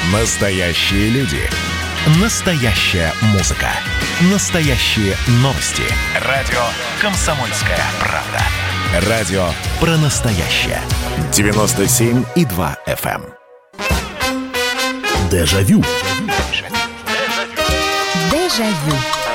Настоящие люди. Настоящая музыка. Настоящие новости. Радио «Комсомольская правда». Радио про настоящее. 97,2 FM. Дежавю. Дежавю.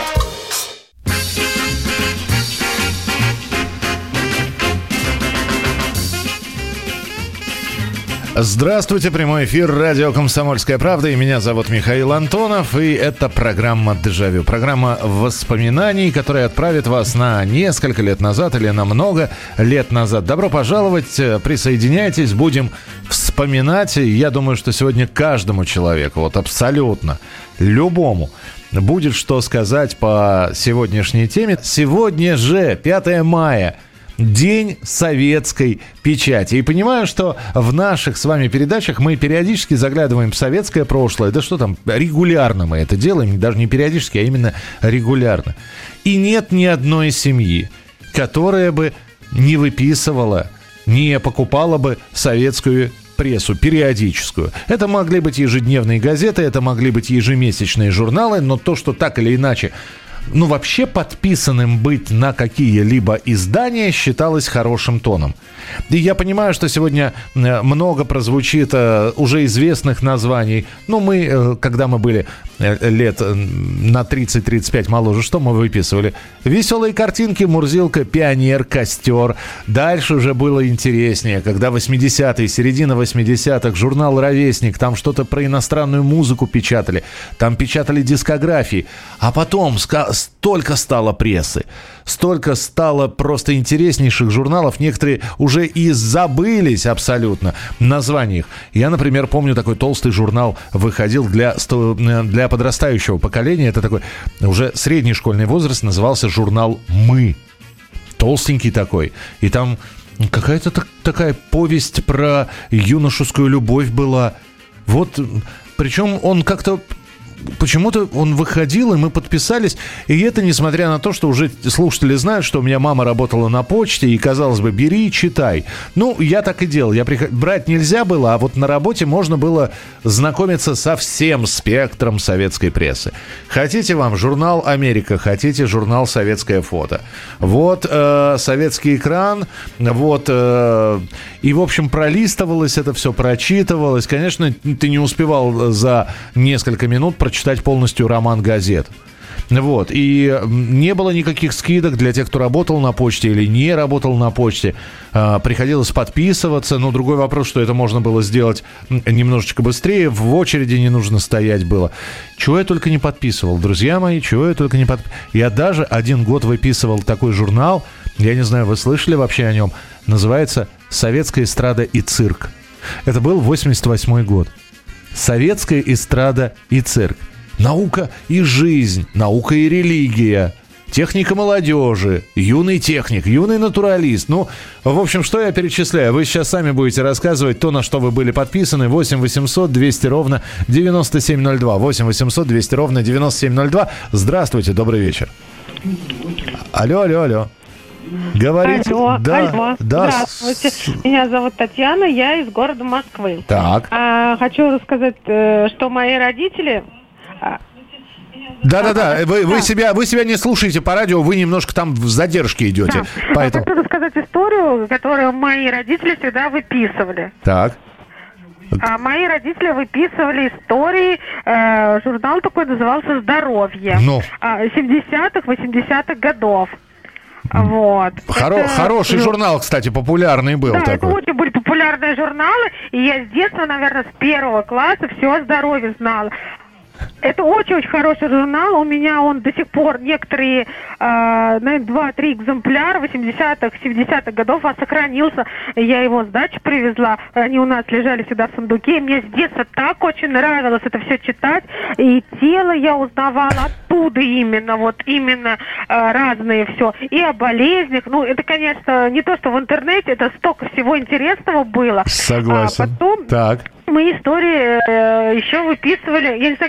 Здравствуйте, прямой эфир радио «Комсомольская правда», и меня зовут Михаил Антонов, и это программа «Дежавю», программа воспоминаний, которая отправит вас на несколько лет назад или на много лет назад. Добро пожаловать, присоединяйтесь, будем вспоминать. Я думаю, что сегодня каждому человеку, вот абсолютно любому, будет что сказать по сегодняшней теме. Сегодня же, 5 мая, День советской печати. И понимаю, что в наших с вами передачах мы периодически заглядываем в советское прошлое. Да что там, регулярно мы это делаем, даже не периодически, а именно регулярно. И нет ни одной семьи, которая бы не выписывала, не покупала бы советскую прессу, периодическую. Это могли быть ежедневные газеты, это могли быть ежемесячные журналы, но то, что так или иначе вообще подписанным быть на какие-либо издания считалось хорошим тоном. И я понимаю, что сегодня много прозвучит уже известных названий. Мы, когда мы были лет на 30-35 моложе, что мы выписывали? Веселые картинки, Мурзилка, Пионер, Костер. Дальше уже было интереснее, когда 80-е, середина 80-х, журнал «Ровесник», там что-то про иностранную музыку печатали, там печатали дискографии. А потом столько стало прессы, столько стало просто интереснейших журналов, некоторые уже и забылись абсолютно названия их. Я, например, помню, такой толстый журнал выходил для подрастающего поколения, это такой уже средний школьный возраст, назывался журнал «Мы». Толстенький такой, и там какая-то такая повесть про юношескую любовь была. Вот, причем он как-то... Почему-то он выходил, и мы подписались. И это несмотря на то, что уже слушатели знают, что у меня мама работала на почте, и, казалось бы, бери и читай. Я так и делал. Брать нельзя было, а вот на работе можно было знакомиться со всем спектром советской прессы. Хотите вам журнал «Америка», хотите журнал «Советское фото». Вот советский экран, вот... И, в общем, пролистывалось это все, прочитывалось. Конечно, ты не успевал за несколько минут прочитать полностью роман газет. Вот. И не было никаких скидок для тех, кто работал на почте или не работал на почте. Приходилось подписываться. Но другой вопрос, что это можно было сделать немножечко быстрее. В очереди не нужно стоять было. Чего я только не подписывал, друзья мои, чего я только не подписывал. Я даже 1 год выписывал такой журнал. Я не знаю, вы слышали вообще о нем. Называется «Советская эстрада и цирк». Это был 88 год. Советская эстрада и цирк. Наука и жизнь, наука и религия, техника молодежи, юный техник, юный натуралист. В общем, что я перечисляю? Вы сейчас сами будете рассказывать то, на что вы были подписаны. 8 800 200 ровно 9702. 8 800 200 ровно 9702. Здравствуйте, добрый вечер. Алло. Говорите. Алло. Да. Здравствуйте. Меня зовут Татьяна, я из города Москвы. Так. Хочу рассказать, что мои родители... Да. Вы себя не слушаете по радио, вы немножко там в задержке идете. Да. Поэтому... Хочу рассказать историю, которую мои родители всегда выписывали. Так. Мои родители выписывали истории, журнал такой назывался «Здоровье». 70-х, 80-х годов. Вот. Хороший журнал, кстати, популярный был. Да, такой. это очень были популярные журналы, и я с детства, наверное, с 1 класса все о здоровье знала. Это очень-очень хороший журнал. У меня он до сих пор некоторые, наверное, 2-3 экземпляра 80-х, 70-х годов сохранился. Я его с дачи привезла. Они у нас лежали всегда в сундуке. Мне с детства так очень нравилось это все читать. И тело я узнавала оттуда именно разные все. И о болезнях. Это, конечно, не то, что в интернете. Это столько всего интересного было. Согласен. Потом... Так. Мы истории еще выписывали, я не знаю, как она называется,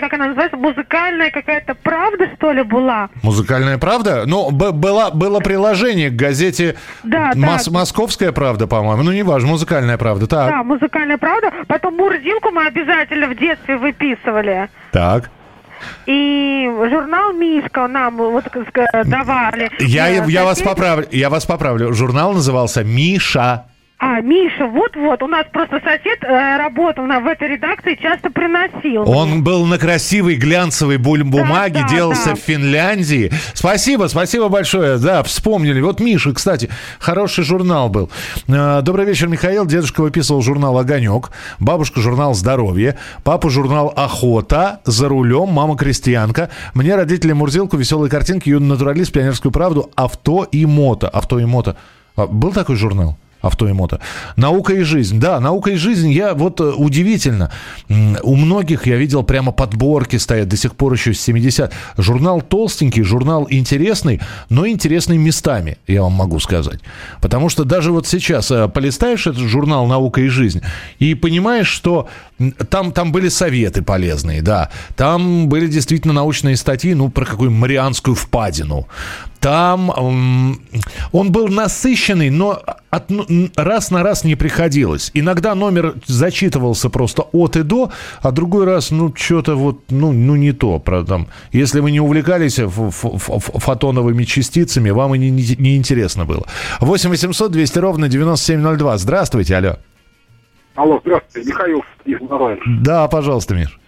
сейчас музыкальная какая-то правда, что ли, была. Музыкальная правда? Ну, было приложение к газете «Московская правда», по-моему. Ну, неважно, «Музыкальная правда». Так. Да, «Музыкальная правда». Потом «Мурзилку» мы обязательно в детстве выписывали. Так. И журнал «Мишка» нам вот давали. Я вас поправлю. Журнал назывался «Миша». Миша, вот-вот. У нас просто сосед работал в этой редакции, часто приносил. Он был на красивой глянцевой бумаге, делался в Финляндии. Спасибо большое. Да, вспомнили. Вот Миша, кстати, хороший журнал был. Добрый вечер, Михаил. Дедушка выписывал журнал «Огонек», бабушка журнал «Здоровье», папа журнал «Охота», «За рулем», мама крестьянка. Мне родители «Мурзилку», «Веселые картинки», «Юный натуралист», «Пионерскую правду», «Авто и мото». «Авто и мото». Был такой журнал? «Авто и мото». «Наука и жизнь». Да, «Наука и жизнь». Удивительно. У многих, я видел, прямо подборки стоят до сих пор еще с 70-х. Журнал толстенький, журнал интересный, но интересный местами, я вам могу сказать. Потому что даже вот сейчас полистаешь этот журнал «Наука и жизнь» и понимаешь, что там были советы полезные, да. Там были действительно научные статьи, про какую Марианскую впадину. Там он был насыщенный, но раз на раз не приходилось. Иногда номер зачитывался просто от и до, а другой раз, что-то не то. Там, если вы не увлекались фотоновыми частицами, вам и не интересно было. 8 800 200 ровно 9702. Здравствуйте, алло. Алло, здравствуйте, Михаил из Воронежа. Да, пожалуйста, Миш.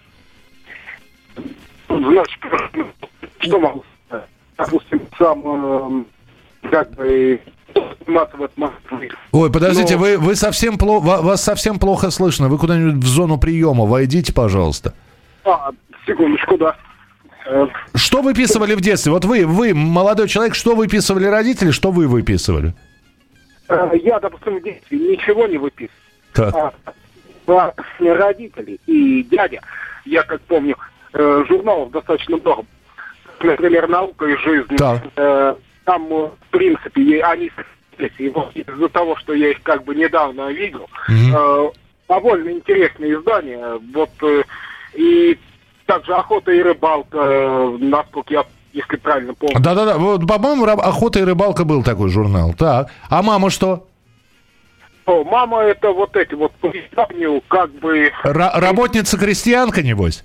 Значит, что могу сказать? Допустим, сам сниматься в этом. Ой, подождите, вы совсем вас совсем плохо слышно. Вы куда-нибудь в зону приема войдите, пожалуйста. Секундочку, да. Что выписывали в детстве? Вот вы, молодой человек, что выписывали родители, что вы выписывали? Я, допустим, в детстве ничего не выписывал. Так. Родители и дядя, я как помню, журналов достаточно много. Например, «Наука и жизнь». Так. Там, в принципе, они сохранились. И вот из-за того, что я их недавно видел, довольно интересные издания. И также «Охота и рыбалка», насколько я, если правильно помню. Да-да-да, вот, по-моему, «Охота и рыбалка» был такой журнал. Так. А мама что? Мама это по изнанию Работница-крестьянка, небось?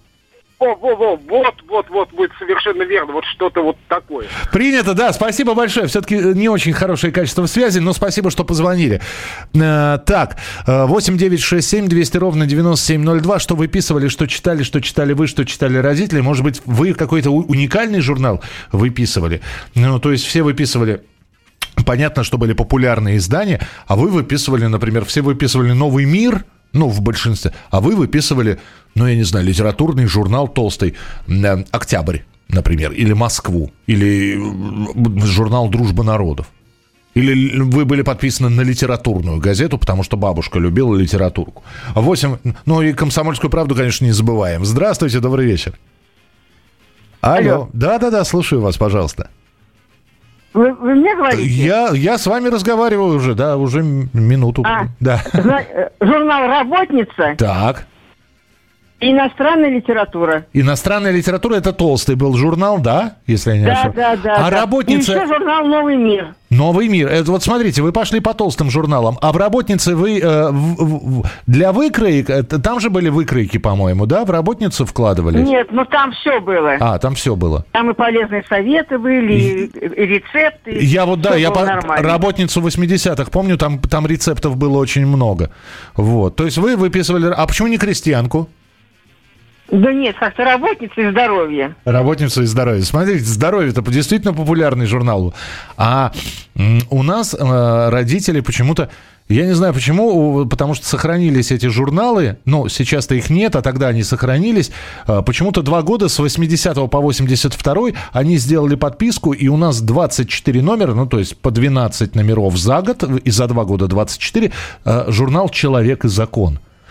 Вот, будет совершенно верно, вот что-то вот такое. Принято, да, спасибо большое. Все-таки не очень хорошее качество связи, но спасибо, что позвонили. Так, 8 9 6 7 200 ровно 9702. Что выписывали, что читали вы, что читали родители? Может быть, вы какой-то уникальный журнал выписывали? То есть все выписывали... Понятно, что были популярные издания, а вы выписывали, например, все выписывали «Новый мир», в большинстве, а вы выписывали, я не знаю, литературный журнал толстый, «Октябрь», например, или «Москву», или журнал «Дружба народов». Или вы были подписаны на литературную газету, потому что бабушка любила литературку. 8, и «Комсомольскую правду», конечно, не забываем. Здравствуйте, добрый вечер. Алло. Да, слушаю вас, пожалуйста. Вы мне говорите? Я с вами разговариваю уже минуту. Да. Журнал «Работница». Так. Иностранная литература. Иностранная литература — это толстый был журнал, да? Если я не ошибаюсь. Да. «Работница». И еще журнал «Новый мир». «Новый мир». Это вот смотрите, вы пошли по толстым журналам, а в «Работнице» вы для выкроек, там же были выкройки, по-моему, да? В «Работницу» вкладывали? Нет, там все было. Там все было. Там и полезные советы были, и рецепты. Я «Работницу» 80-х помню, там рецептов было очень много. Вот. То есть вы выписывали... А почему не «Крестьянку»? Да нет, как-то «Работница» и «Здоровье». «Работница» и «Здоровье». Смотрите, «Здоровье» — это действительно популярный журнал. А у нас родители почему-то... Я не знаю почему, потому что сохранились эти журналы. Сейчас-то их нет, а тогда они сохранились. Почему-то 2 года, с 80 по 82 они сделали подписку, и у нас 24 номера, то есть по 12 номеров за год, и за 2 года 24, журнал «Человек и закон».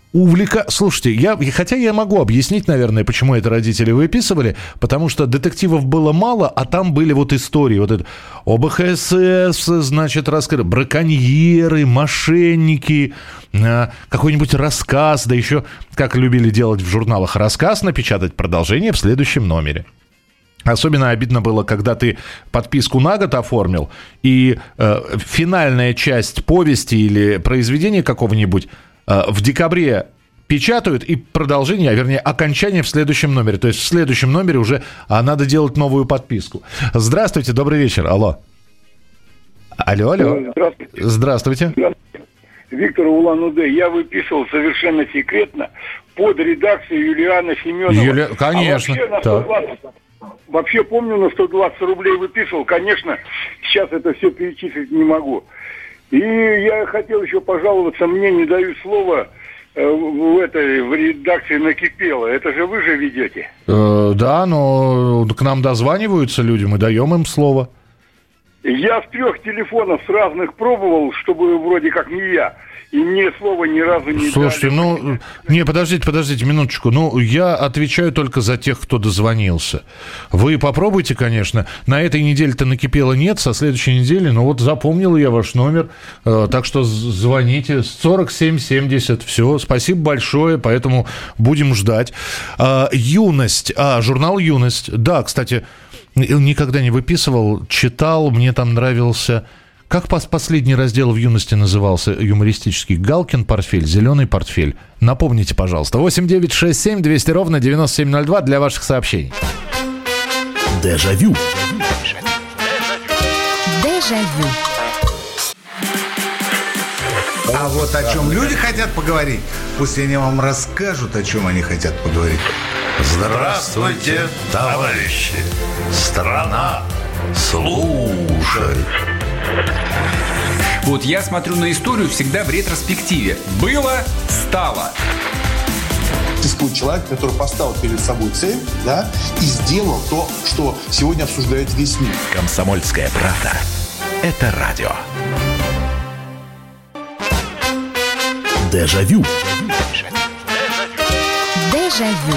Слушайте, хотя я могу объяснить, наверное, почему это родители выписывали, потому что детективов было мало, а там были вот истории. Вот это ОБХСС, значит, браконьеры, мошенники, какой-нибудь рассказ, да еще, как любили делать в журналах, рассказ напечатать, продолжение в следующем номере. Особенно обидно было, когда ты подписку на год оформил, и финальная часть повести или произведения какого-нибудь в декабре печатают, и продолжение, вернее, окончание в следующем номере. То есть в следующем номере уже надо делать новую подписку. Здравствуйте, добрый вечер. Алло. Алло. Здравствуйте. Здравствуйте. Виктор, Улан-Удэ. Я выписывал совершенно секретно под редакцией Юлиана Семенова. Конечно. Вообще, помню, на 120 рублей выписывал. Конечно, сейчас это все перечислить не могу. И я хотел еще пожаловаться, мне не дают слова в редакции «Накипело». Это же вы же ведете? Да, но к нам дозваниваются люди, мы даем им слово. Я с 3 телефонов с разных пробовал, чтобы вроде как не я. И мне слова ни разу не Слушайте, дали. Подождите минуточку. Я отвечаю только за тех, кто дозвонился. Вы попробуйте, конечно. На этой неделе-то накипело нет, со следующей недели. Запомнил я ваш номер. Так что звоните. 4770. Все, спасибо большое, поэтому будем ждать. «Юность». Журнал «Юность». Да, кстати, никогда не выписывал. Читал, мне там нравился... Как последний раздел в «Юности» назывался юмористический? «Галкин портфель», «Зеленый портфель». Напомните, пожалуйста. 8 200 ровно 9702 для ваших сообщений. Дежавю. Дежавю. А вот о чем люди хотят поговорить, пусть они вам расскажут, о чем они хотят поговорить. Здравствуйте, товарищи! Страна слушает. Вот я смотрю на историю всегда в ретроспективе. Было, стало. Существует человек, который поставил перед собой цель, да, и сделал то, что сегодня обсуждает весь мир. «Комсомольская правда» — это радио. Дежавю. Дежавю.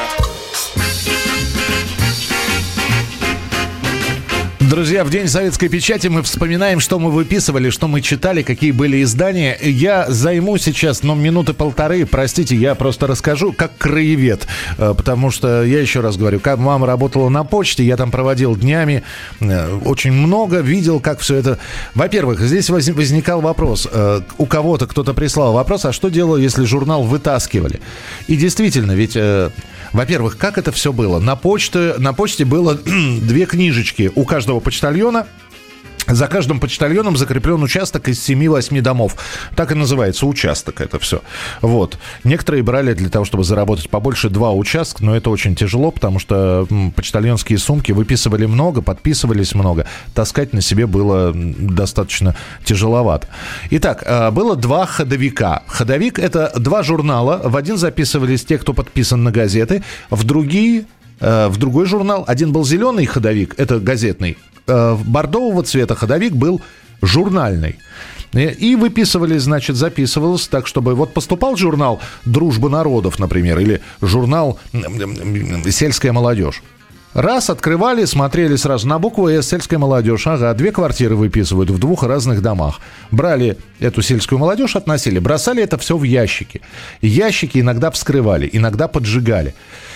Друзья, в День советской печати мы вспоминаем, что мы выписывали, что мы читали, какие были издания. Я займу сейчас, минуты полторы, простите, я просто расскажу, как краевед. Потому что, я еще раз говорю, как мама работала на почте, я там проводил днями очень много, видел, как все это... Во-первых, здесь возникал вопрос, у кого-то кто-то прислал вопрос, а что делал, если журнал вытаскивали? И действительно, ведь... Во-первых, как это все было? На почте было 2 книжечки у каждого почтальона. За каждым почтальоном закреплен участок из 7-8 домов. Так и называется участок это все. Вот. Некоторые брали для того, чтобы заработать побольше 2 участка, но это очень тяжело, потому что почтальонские сумки выписывали много, подписывались много. Таскать на себе было достаточно тяжеловато. Итак, было 2 ходовика. Ходовик — это 2 журнала. В один записывались те, кто подписан на газеты, в другой журнал. Один был зеленый ходовик, это газетный. Бордового цвета ходовик был журнальный. И выписывали, значит, записывалось так, чтобы... Вот поступал журнал «Дружба народов», например, или журнал «Сельская молодежь». Раз, открывали, смотрели сразу на букву «С», «Сельская молодежь». Ага, 2 квартиры выписывают в 2 разных домах. Брали эту сельскую молодежь, относили, бросали это все в ящики. Ящики иногда вскрывали, иногда поджигали.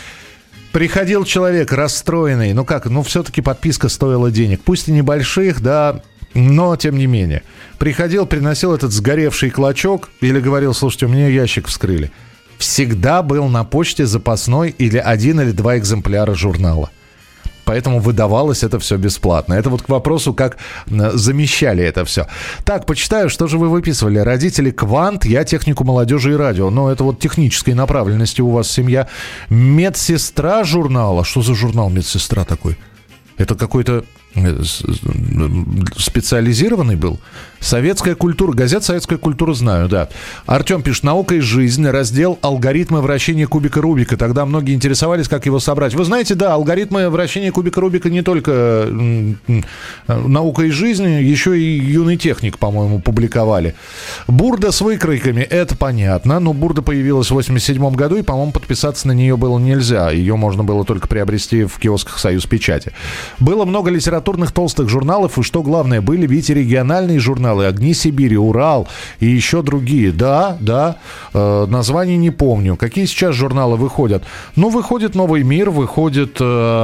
Приходил человек расстроенный, все-таки подписка стоила денег, пусть и небольших, да, но тем не менее. Приходил, приносил этот сгоревший клочок или говорил: слушайте, у меня ящик вскрыли. Всегда был на почте запасной или 1 или 2 экземпляра журнала. Поэтому выдавалось это все бесплатно. Это вот к вопросу, как замещали это все. Так, почитаю, что же вы выписывали. Родители «Квант», я технику молодежи и радио. Но это вот технической направленности у вас семья. Медсестра журнала. Что за журнал «Медсестра» такой? Это какой-то специализированный был. Советская культура. Газета «Советская культура» знаю, да. Артем пишет: «Наука и жизнь», раздел «Алгоритмы вращения кубика Рубика». Тогда многие интересовались, как его собрать. Вы знаете, да, алгоритмы вращения кубика Рубика не только «Наука и жизнь», еще и «Юный техник», по-моему, публиковали. Бурда с выкройками, это понятно. Но Бурда появилась в 1987 году, и, по-моему, подписаться на нее было нельзя. Ее можно было только приобрести в киосках «Союз Печати». Было много литературных толстых журналов, и, что главное, были ведь и региональные журналы: «Огни Сибири», «Урал» и еще другие. Да, названий не помню. Какие сейчас журналы выходят? Ну, выходит «Новый мир», выходит...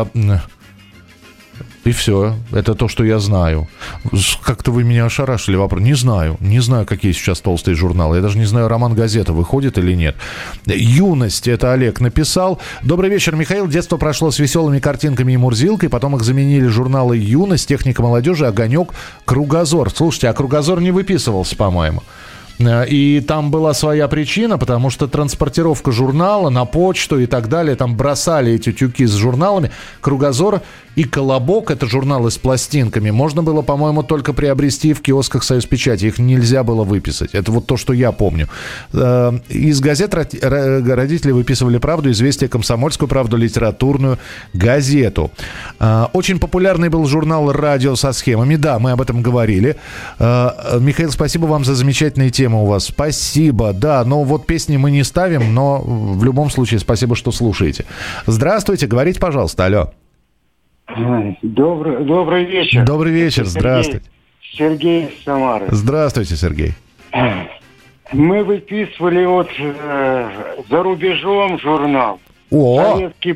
И все. Это то, что я знаю. Как-то вы меня ошарашили вопрос. Не знаю, какие сейчас толстые журналы. Я даже не знаю, роман «Газета» выходит или нет. «Юность» — это Олег написал. Добрый вечер, Михаил. Детство прошло с веселыми картинками и мурзилкой. Потом их заменили журналы «Юность», «Техника молодежи», «Огонек», «Кругозор». Слушайте, а «Кругозор» не выписывался, по-моему. И там была своя причина, потому что транспортировка журнала на почту и так далее, там бросали эти тюки с журналами. «Кругозор» и «Колобок» — это журналы с пластинками. Можно было, по-моему, только приобрести в киосках «Союз Печати». Их нельзя было выписать. Это вот то, что я помню. Из газет родители выписывали «Правду», «Известия», «Комсомольскую правду», «Литературную газету». Очень популярный был журнал «Радио со схемами». Да, мы об этом говорили. Михаил, спасибо вам за замечательные темы у вас. Спасибо. Да, но вот песни мы не ставим, но в любом случае спасибо, что слушаете. Здравствуйте, говорите, пожалуйста. Алло. Добрый вечер. Добрый вечер, здравствуйте. Сергей из Самары. Здравствуйте, Сергей. Мы выписывали за рубежом журнал. Советский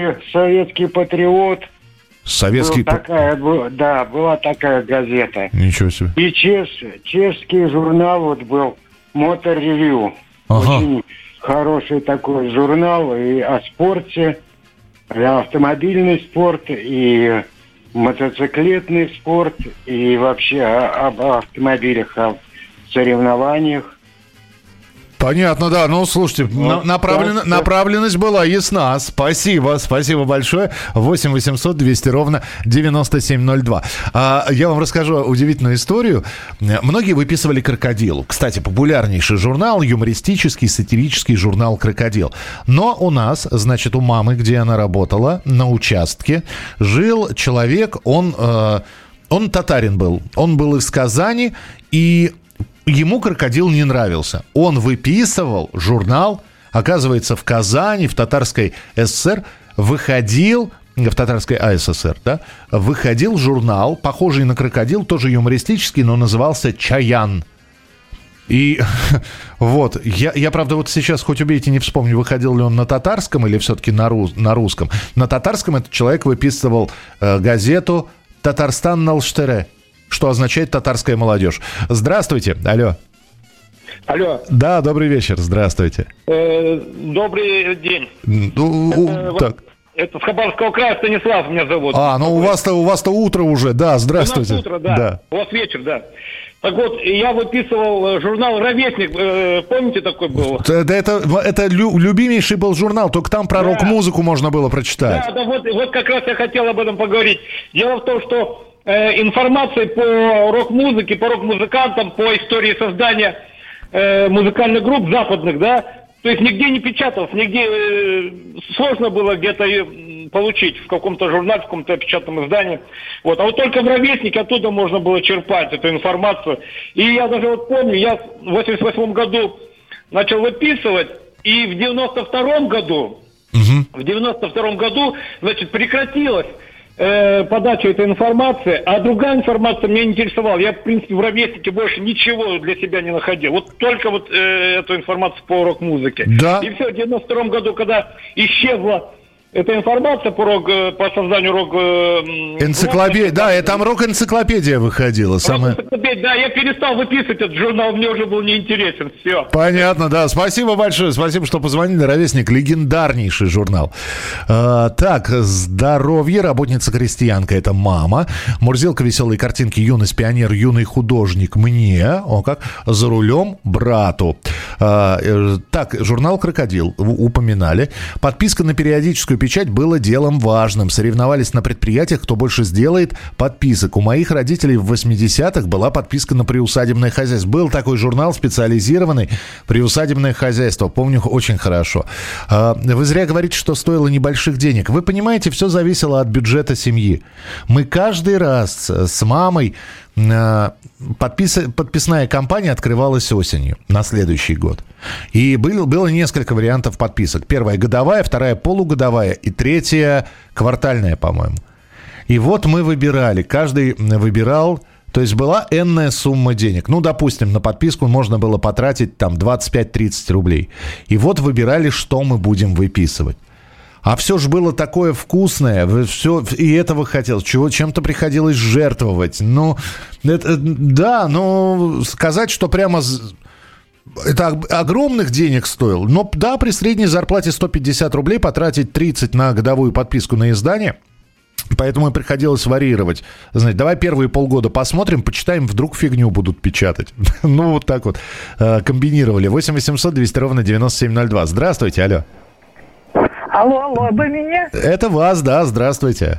патриот. Советский... Была такая газета. Ничего себе. И чешский журнал был Motor Review. Ага. Очень хороший такой журнал и о спорте, и автомобильный спорт, и мотоциклетный спорт, и вообще об автомобилях, о соревнованиях. Понятно, да. Ну, слушайте, направленность была ясна. Спасибо большое. 8 800 200 ровно 9702. Я вам расскажу удивительную историю. Многие выписывали «Крокодил». Кстати, популярнейший журнал, юмористический, сатирический журнал «Крокодил». Но у нас, значит, у мамы, где она работала, на участке, жил человек, он татарин был. Он был из Казани, и... ему «Крокодил» не нравился. Он выписывал журнал, оказывается, в Казани, в Татарской ССР, выходил, в Татарской АССР, да, выходил журнал, похожий на «Крокодил», тоже юмористический, но назывался «Чаян». И вот, я, правда, вот сейчас, хоть убейте, не вспомню, выходил ли он на татарском или все-таки на русском. На татарском этот человек выписывал газету «Татарстан Налштере», что означает «татарская молодежь». Здравствуйте. Алло. Алло. Да, добрый вечер. Здравствуйте. Добрый день. Так. Это с Хабаровского края, Станислав меня зовут. Ну у вас-то утро уже. Да, здравствуйте. У нас утро, да. У вас вечер, да. Так вот, я выписывал журнал «Ровесник». Помните, такой был? Это любимейший был журнал, только там про рок-музыку можно было прочитать. Да, вот как раз я хотел об этом поговорить. Дело в том, что информации по рок-музыке, по рок-музыкантам, по истории создания музыкальных групп западных, да, то есть нигде не печаталось, нигде сложно было где-то получить в каком-то журнале, в каком-то печатном издании. Вот. А вот только в «Ровеснике» оттуда можно было черпать эту информацию. И я даже вот помню, я в 88 году начал выписывать, и в 92 году, значит, прекратилась подача этой информации, а другая информация меня не интересовала. Я, в принципе, в «Ровеснике» больше ничего для себя не находил. Вот только вот эту информацию по рок-музыке. Да. И все, в 92 году, когда исчезла эта информация по созданию энциклопедия, да, и там рок-энциклопедия выходила. Да, я перестал выписывать этот журнал, мне уже был неинтересен, все. Понятно, да, спасибо большое, спасибо, что позвонили. «Ровесник» — легендарнейший журнал. Так, здоровье, работница-крестьянка — это мама. Мурзилка, веселые картинки, юность, пионер, юный художник мне, за рулем брату. Так, журнал «Крокодил» упоминали. Подписка на периодическую печать было делом важным. Соревновались на предприятиях, кто больше сделает подписок. У моих родителей в 80-х была подписка на приусадебное хозяйство. Был такой журнал специализированный «Приусадебное хозяйство». Помню очень хорошо. Вы зря говорите, что стоило небольших денег. Вы понимаете, все зависело от бюджета семьи. Мы каждый раз с мамой... Подписная кампания открывалась осенью на следующий год. И было несколько вариантов подписок. Первая годовая, вторая полугодовая и третья квартальная, по-моему. И вот мы выбирали. Каждый выбирал. То есть была энная сумма денег. Ну, допустим, на подписку можно было потратить там 25-30 рублей. И вот выбирали, что мы будем выписывать. А все же было такое вкусное, все, и этого хотелось, чем-то приходилось жертвовать. Ну, да, но сказать, что прямо это огромных денег стоило. Но да, при средней зарплате 150 рублей потратить 30 на годовую подписку на издание. Поэтому и приходилось варьировать. Знаете, давай первые полгода посмотрим, почитаем, вдруг фигню будут печатать. Ну, вот так вот комбинировали. 8 800 200 ровно 9702. Здравствуйте, алло. Алло, вы меня? Это вас, да, здравствуйте.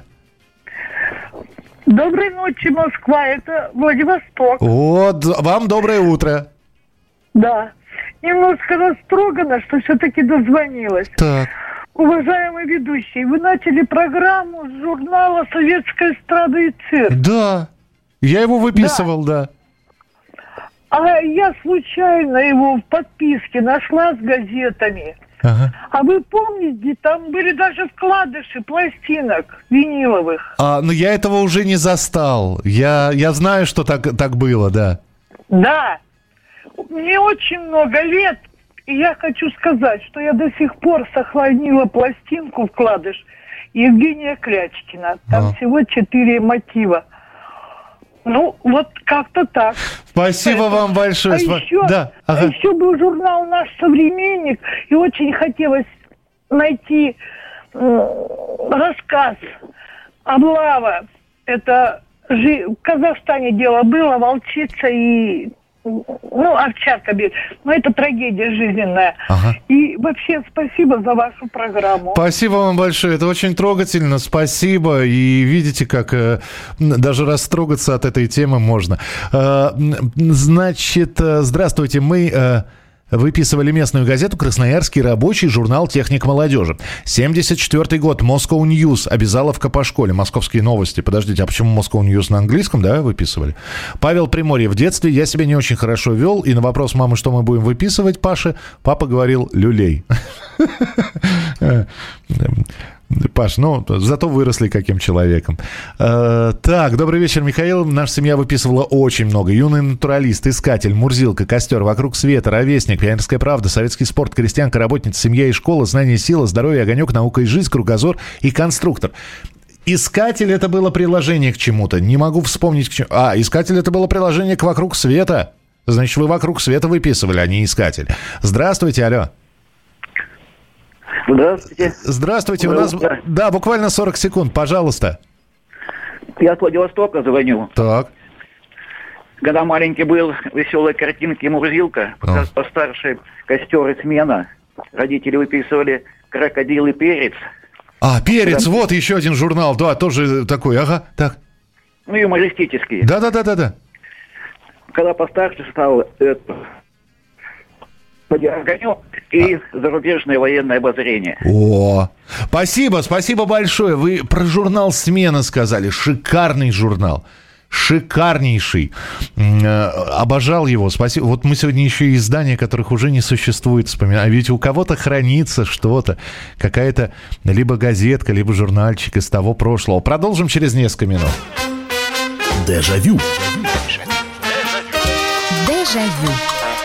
Доброй ночи, Москва, это Владивосток. Вот, вам доброе утро. Да, немножко растрогана, что все-таки дозвонилась. Так. Уважаемый ведущий, вы начали программу с журнала «Советская эстрада и цирк». Да, я его выписывал, да. А я случайно его в подписке нашла с газетами. Ага. А вы помните, там были даже вкладыши пластинок виниловых. Но я этого уже не застал. Я знаю, что так было, да. Да. Мне очень много лет, и я хочу сказать, что я до сих пор сохранила пластинку вкладыш Евгения Клячкина. Там всего 4 мотива. Ну, вот как-то так. Спасибо вам большое. Еще был журнал «Наш современник», и очень хотелось найти рассказ Облава. Это в Казахстане дело было, волчица и... овчарка. Но это трагедия жизненная. Ага. И вообще спасибо за вашу программу. Спасибо вам большое. Это очень трогательно. Спасибо. И видите, как даже растрогаться от этой темы можно. Значит, здравствуйте. Мы... выписывали местную газету «Красноярский рабочий», журнал «Техник молодежи». 74-й год. Moscow News. Обязаловка по школе. Московские новости. Подождите, а почему Moscow News на английском, да, выписывали? Павел Приморье. В детстве я себя не очень хорошо вел, и на вопрос мамы, что мы будем выписывать Паше, папа говорил «люлей». Паш, зато выросли каким человеком. Так, добрый вечер, Михаил. Наша семья выписывала очень много. Юный натуралист, искатель, Мурзилка, Костер, Вокруг света, Ровесник, Пионерская правда, Советский спорт, Крестьянка, Работница, Семья и школа, Знание, сила, Здоровье, Огонек, Наука и жизнь, Кругозор и Конструктор. Искатель — это было приложение к чему-то. Не могу вспомнить к чему. Искатель — это было приложение к Вокруг света. Значит, вы Вокруг света выписывали, а не Искатель. Здравствуйте, алло. Здравствуйте. Здравствуйте. У нас... Да, буквально 40 секунд, пожалуйста. Я от Владивостока звоню. Так. Когда маленький был, веселые картинки «Мурзилка», постарше «Костер» и «Смена». Родители выписывали «Крокодил» и «Перец». «Перец», вот еще один журнал, да, тоже такой, ага, так. Юмористический. Да. Когда постарше стал «Огонек» и зарубежное военное обозрение. О, спасибо большое. Вы про журнал «Смена» сказали. Шикарный журнал. Шикарнейший. Обожал его. Спасибо. Вот мы сегодня еще и издания, которых уже не существует, вспоминаем. А ведь у кого-то хранится что-то. Какая-то либо газетка, либо журнальчик из того прошлого. Продолжим через несколько минут. Дежавю. Дежавю.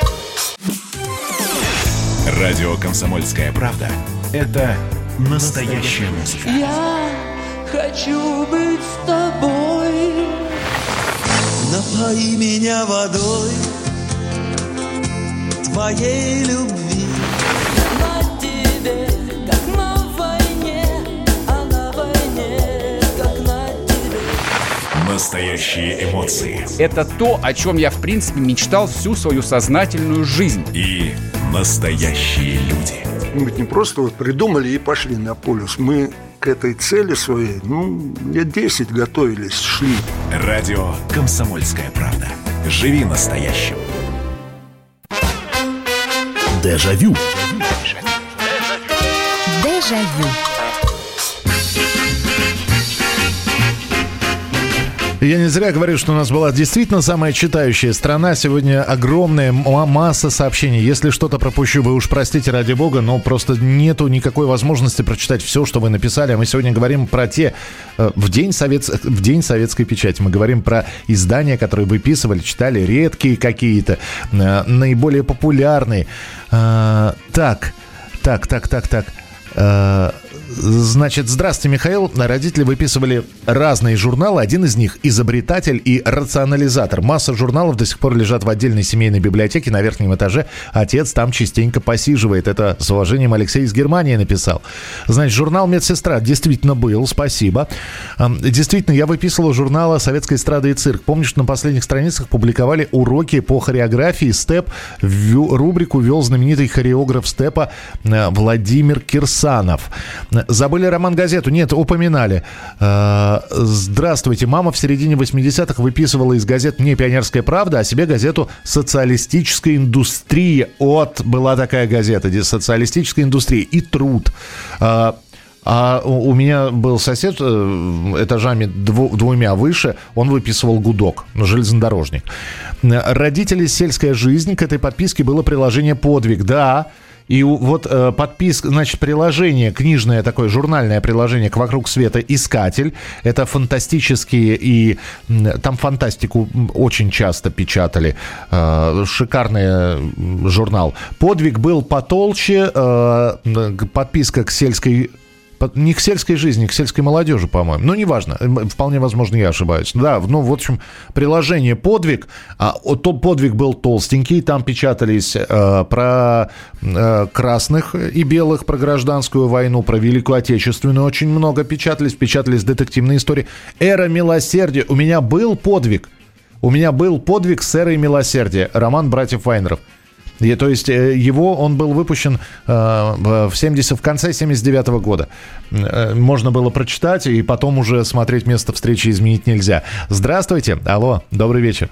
Радио «Комсомольская правда» — это настоящая музыка. Я хочу быть с тобой. Напои меня водой твоей любви. На тебе, как на войне, а на войне, как на тебе. Настоящие эмоции. Это то, о чем я, в принципе, мечтал всю свою сознательную жизнь. И настоящие люди. Мы не просто вот придумали и пошли на полюс. Мы к этой цели своей, лет 10 готовились, шли. Радио «Комсомольская правда». Живи настоящим. Дежавю. Дежавю. Я не зря говорю, что у нас была действительно самая читающая страна. Сегодня огромная масса сообщений. Если что-то пропущу, вы уж простите, ради бога, но просто нету никакой возможности прочитать все, что вы написали. А мы сегодня говорим про те... В день советской печати мы говорим про издания, которые выписывали, читали, редкие какие-то, наиболее популярные. Так. Значит, здравствуйте, Михаил. Родители выписывали разные журналы. Один из них «Изобретатель» и «Рационализатор». Масса журналов до сих пор лежат в отдельной семейной библиотеке на верхнем этаже. Отец там частенько посиживает. Это с уважением Алексей из Германии написал. Значит, журнал «Медсестра» действительно был, спасибо. Действительно, я выписывал журналы «Советская эстрада и цирк». Помню, что на последних страницах публиковали уроки по хореографии «Степ». Рубрику вел знаменитый хореограф «Степа» Владимир Кирсанов. Забыли роман-газету? Нет, упоминали. Здравствуйте. Мама в середине 80-х выписывала из газет «Мне Пионерская правда», а себе газету «Социалистическая индустрия». Была такая газета, «Социалистическая индустрия» и «Труд». А у меня был сосед этажами двумя выше, он выписывал «Гудок», железнодорожник. Родители «Сельская жизнь», к этой подписке было приложение «Подвиг». Да. И вот подписка, значит, приложение, книжное такое, журнальное приложение к «Вокруг света» «Искатель». Это фантастические, и там фантастику очень часто печатали. Шикарный журнал. «Подвиг» был потолще, подписка к «Сельской...» Не к «Сельской жизни», к «Сельской молодежи», по-моему. Ну, неважно. Вполне возможно, я ошибаюсь. Да, в общем, приложение «Подвиг». «Подвиг» был толстенький. Там печатались про красных и белых, про гражданскую войну, про Великую Отечественную. Очень много печатались. Печатались детективные истории. «Эра милосердия». У меня был «Подвиг». С «Эрой милосердия». Роман братьев Вайнеров. То есть он был выпущен в конце 79-го года. Можно было прочитать, и потом уже смотреть место встречи изменить нельзя. Здравствуйте. Алло, добрый вечер.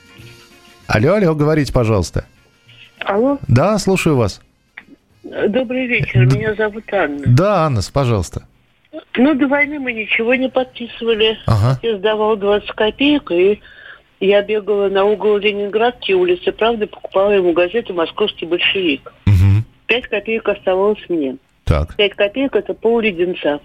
Алло, говорите, пожалуйста. Алло. Да, слушаю вас. Добрый вечер, меня зовут Анна. Да, Анна, пожалуйста. До войны мы ничего не подписывали. Ага. Я сдавала 20 копеек, и... Я бегала на угол Ленинградки, улицы Правды, покупала ему газету «Московский большевик». 5 копеек оставалось мне. Так. 5 копеек – это пол-леденца.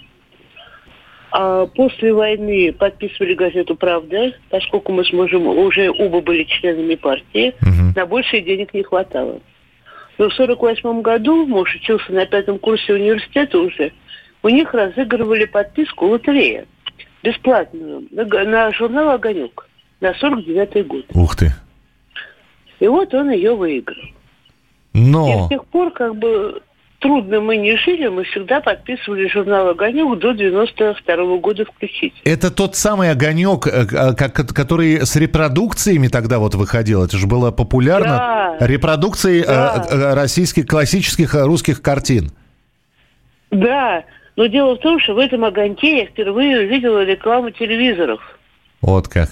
А после войны подписывали газету «Правда», поскольку мы с мужем уже оба были членами партии, на большее денег не хватало. Но в 1948 году, муж учился на 5-м курсе университета уже, у них разыгрывали подписку «Лотерея» бесплатную на журнал «Огонек». На 49-й год. Ух ты. И вот он ее выиграл. Но... И с тех пор, трудно мы не жили, мы всегда подписывали журнал «Огонек» до 92-го года включительно. Это тот самый «Огонек», который с репродукциями тогда выходил. Это же было популярно. Да. Репродукции российских, классических русских картин. Да. Но дело в том, что в этом «Огоньке» я впервые увидела рекламу телевизоров. Вот как.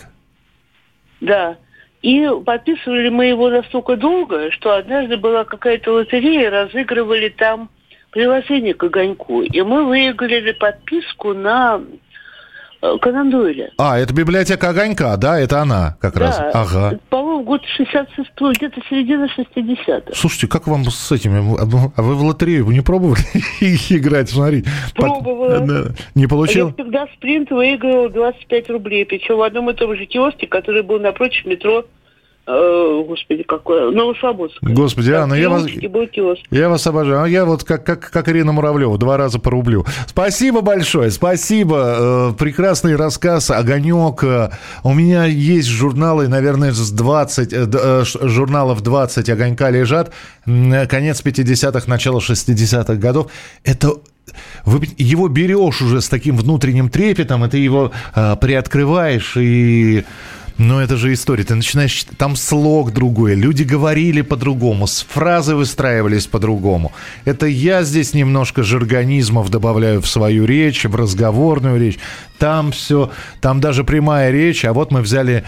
Да. И подписывали мы его настолько долго, что однажды была какая-то лотерея, разыгрывали там приложение к «Огоньку». И мы выиграли подписку на Конан Дойля. Это библиотека «Огонька», да? Это она как раз. Ага. По-моему, год 66-й, где-то середина 60-х. Слушайте, как вам с этими... А вы в лотерею не пробовали играть? Смотри. Пробовала. Не получил? Я всегда спринт выигрывал 25 рублей. Причем в одном и том же киоске, который был напротив метро. Господи, какое... Новослободское. Господи, Анна, я вас обожаю. Я как Ирина Муравлева, 2 раза по рублю. Спасибо большое, спасибо. Прекрасный рассказ, «Огонек». У меня есть журналы, наверное, с 20 журналов 20 «Огонька» лежат. Конец 50-х, начало 60-х годов. Это... Его берешь уже с таким внутренним трепетом, и ты его приоткрываешь, и Но это же история. Ты начинаешь... Там слог другой. Люди говорили по-другому. Фразы выстраивались по-другому. Это я здесь немножко жаргонизмов добавляю в свою речь, в разговорную речь. Там все... Там даже прямая речь. А вот мы взяли...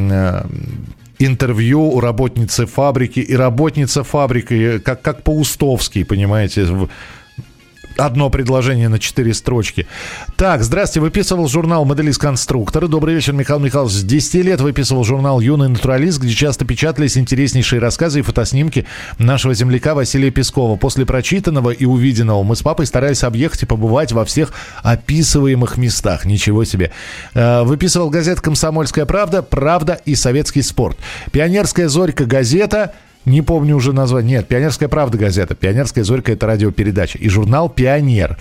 интервью у работницы фабрики. И работница фабрики, как Паустовский, понимаете, одно предложение на 4 строчки. Так, здрасте, выписывал журнал «Моделист-конструктор». Добрый вечер, Михаил Михайлович. С 10 лет выписывал журнал «Юный натуралист», где часто печатались интереснейшие рассказы и фотоснимки нашего земляка Василия Пескова. После прочитанного и увиденного мы с папой старались объехать и побывать во всех описываемых местах. Ничего себе. Выписывал газета «Комсомольская правда», «Правда» и «Советский спорт». «Пионерская зорька» газета... Не помню уже название. Нет, «Пионерская правда» газета. «Пионерская зорька» — это радиопередача. И журнал «Пионер».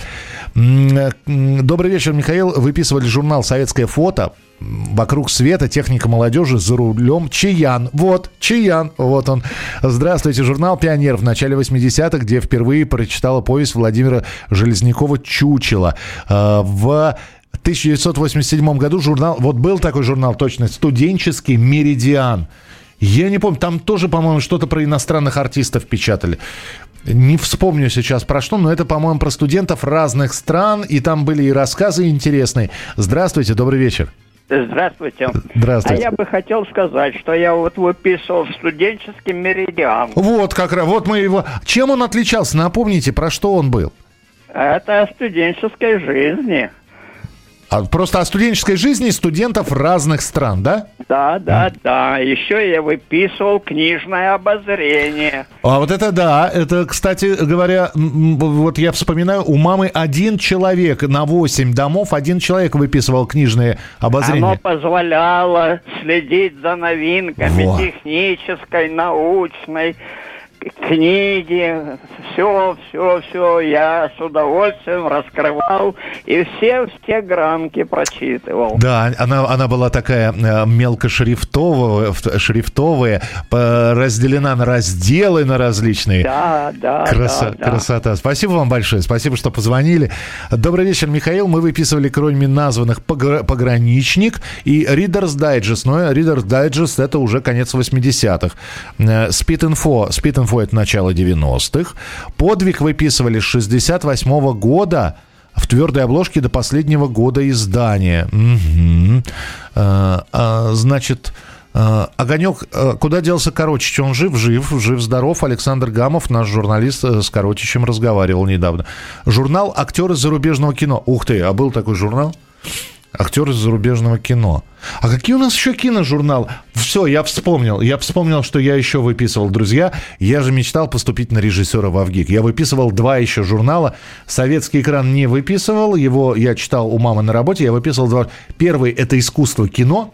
Добрый вечер, Михаил. Выписывали журнал «Советское фото». «Вокруг света», «Техника молодежи», «За рулем», «Чаян». Вот, «Чаян». Вот он. Здравствуйте. Журнал «Пионер» в начале 80-х, где впервые прочитала повесть Владимира Железнякова «Чучело». В 1987 году журнал... Вот был такой журнал, точно, «Студенческий меридиан». Я не помню, там тоже, по-моему, что-то про иностранных артистов печатали. Не вспомню сейчас про что, но это, по-моему, про студентов разных стран, и там были и рассказы интересные. Здравствуйте, добрый вечер. Здравствуйте. Здравствуйте. А я бы хотел сказать, что я вот выписывал «Студенческий меридиан». Вот как раз, вот мы его... Чем он отличался? Напомните, про что он был? Это о студенческой жизни. Просто о студенческой жизни студентов разных стран, да? Да. Еще я выписывал книжное обозрение. А вот это да. Это, кстати говоря, вот я вспоминаю, у мамы один человек на 8 домов, один человек выписывал книжное обозрение. Оно позволяло следить за новинками технической, научной, книги, все я с удовольствием раскрывал и все грамки прочитывал. Да, она была такая мелкошрифтовая, разделена на разделы, на различные. Да. Красота. Спасибо вам большое, спасибо, что позвонили. Добрый вечер, Михаил. Мы выписывали, кроме названных, «Пограничник» и Reader's Digest. Но Reader's Digest — это уже конец 80-х. Speed Info — это начало 90-х. «Подвиг» выписывали с 68-го года в твердой обложке до последнего года издания. Значит, «Огонек». Куда делся Коротич? Он жив-здоров. Александр Гамов, наш журналист, с Коротичем разговаривал недавно. Журнал «Актеры зарубежного кино». Ух ты, а был такой журнал? «Актеры зарубежного кино». А какие у нас еще киножурналы? Все, я вспомнил, что я еще выписывал. Друзья, я же мечтал поступить на режиссера в ВГИК. Я выписывал 2 еще журнала. «Советский экран» не выписывал. Его я читал у мамы на работе. Я выписывал 2. Первый — это «Искусство кино».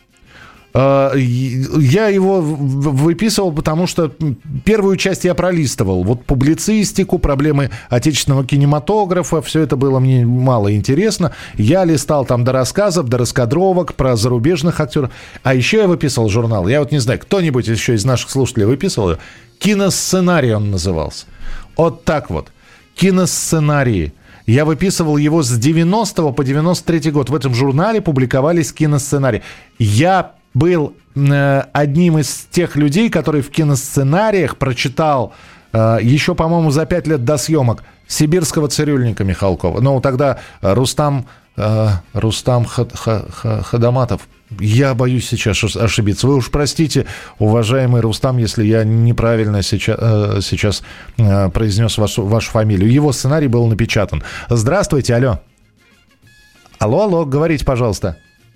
Я его выписывал, потому что первую часть я пролистывал. Вот публицистику, проблемы отечественного кинематографа, все это было мне мало интересно. Я листал там до рассказов, до раскадровок про зарубежных актеров. А еще я выписывал журнал. Я вот не знаю, кто-нибудь еще из наших слушателей выписывал его? «Киносценарий» он назывался. Вот так вот. «Киносценарии». Я выписывал его с 90 по 93 год. В этом журнале публиковались киносценарии. Я был одним из тех людей, который в киносценариях прочитал еще, по-моему, за 5 лет до съемок «Сибирского цирюльника» Михалкова. Ну, тогда Рустам Хадаматов. Я боюсь сейчас ошибиться. Вы уж простите, уважаемый Рустам, если я неправильно сейчас произнес вашу фамилию. Его сценарий был напечатан. Здравствуйте, алло. Алло, говорите, пожалуйста.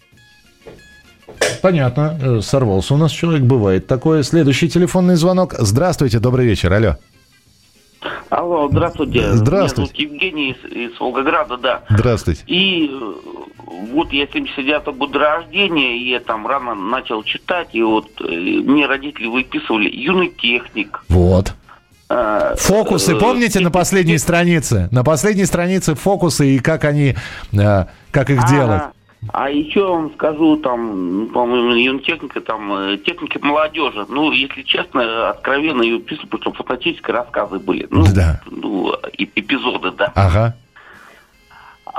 Понятно, сорвался у нас человек, бывает такое. Следующий телефонный звонок. Здравствуйте, добрый вечер, алло. Алло, здравствуйте. Здравствуйте. Меня зовут Евгений из Волгограда, да. Здравствуйте. И вот я 79-го года рождения, и я там рано начал читать, и вот мне родители выписывали «Юный техник». Вот. Фокусы, помните, на последней странице? На последней странице фокусы и как их делать. А еще вам скажу, там, по-моему, юнтехника, там, техники молодежи. Ну, если честно, откровенно ее писали, потому что фантастические рассказы были. Ну, да. Эпизоды, да. Ага.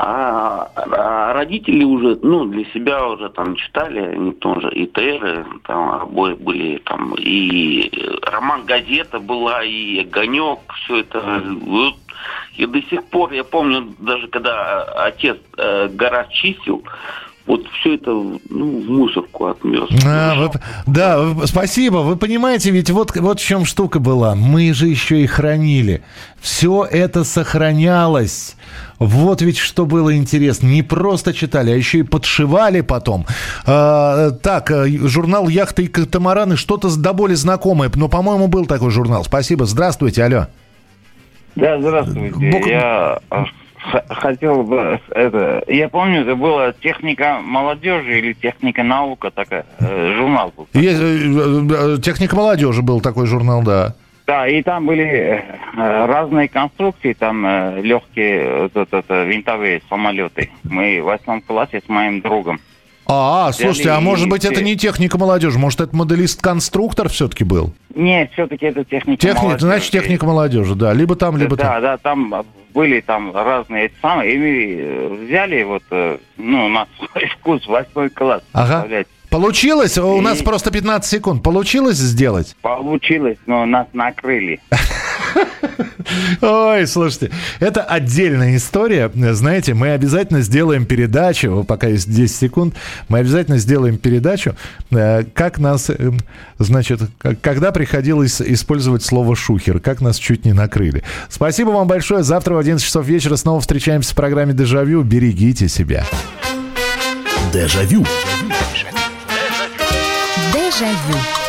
А родители уже, для себя уже там читали, они тоже и ТР, там обои были, там и роман «Газета» была, и «Огонек», все это. Вот, и до сих пор, я помню, даже когда отец гараж чистил, вот все это в мусорку отмёс. Спасибо. Вы понимаете, ведь вот в чем штука была. Мы же еще и хранили. Все это сохранялось. Вот ведь что было интересно. Не просто читали, а еще и подшивали потом. Журнал «Яхты и катамараны», что-то до боли знакомое. Но, по-моему, был такой журнал. Спасибо. Здравствуйте, алло. Да, здравствуйте. Я хотел бы я помню, это была «Техника молодежи» или «Техника наука», такая, журнал был. «Техника молодежи» был такой журнал, да. Да, и там были разные конструкции, там легкие винтовые самолеты. Мы в 8 классе с моим другом. Слушайте, а может быть это не «Техника молодежи», может это моделист-конструктор все-таки был? Нет, все-таки это «Техника молодежи». Значит, «Техника молодежи», да, либо там, либо там. Да, там были там разные самые, и мы взяли на свой вкус 8 класс, представляете. Получилось? У нас просто 15 секунд. Получилось сделать? Получилось, но нас накрыли. Ой, слушайте, это отдельная история. Знаете, мы обязательно сделаем передачу, пока есть 10 секунд, мы обязательно сделаем передачу, как нас, когда приходилось использовать слово «шухер», как нас чуть не накрыли. Спасибо вам большое. Завтра в 11 часов вечера снова встречаемся в программе «Дежавю». Берегите себя. Дежавю. Дежавю.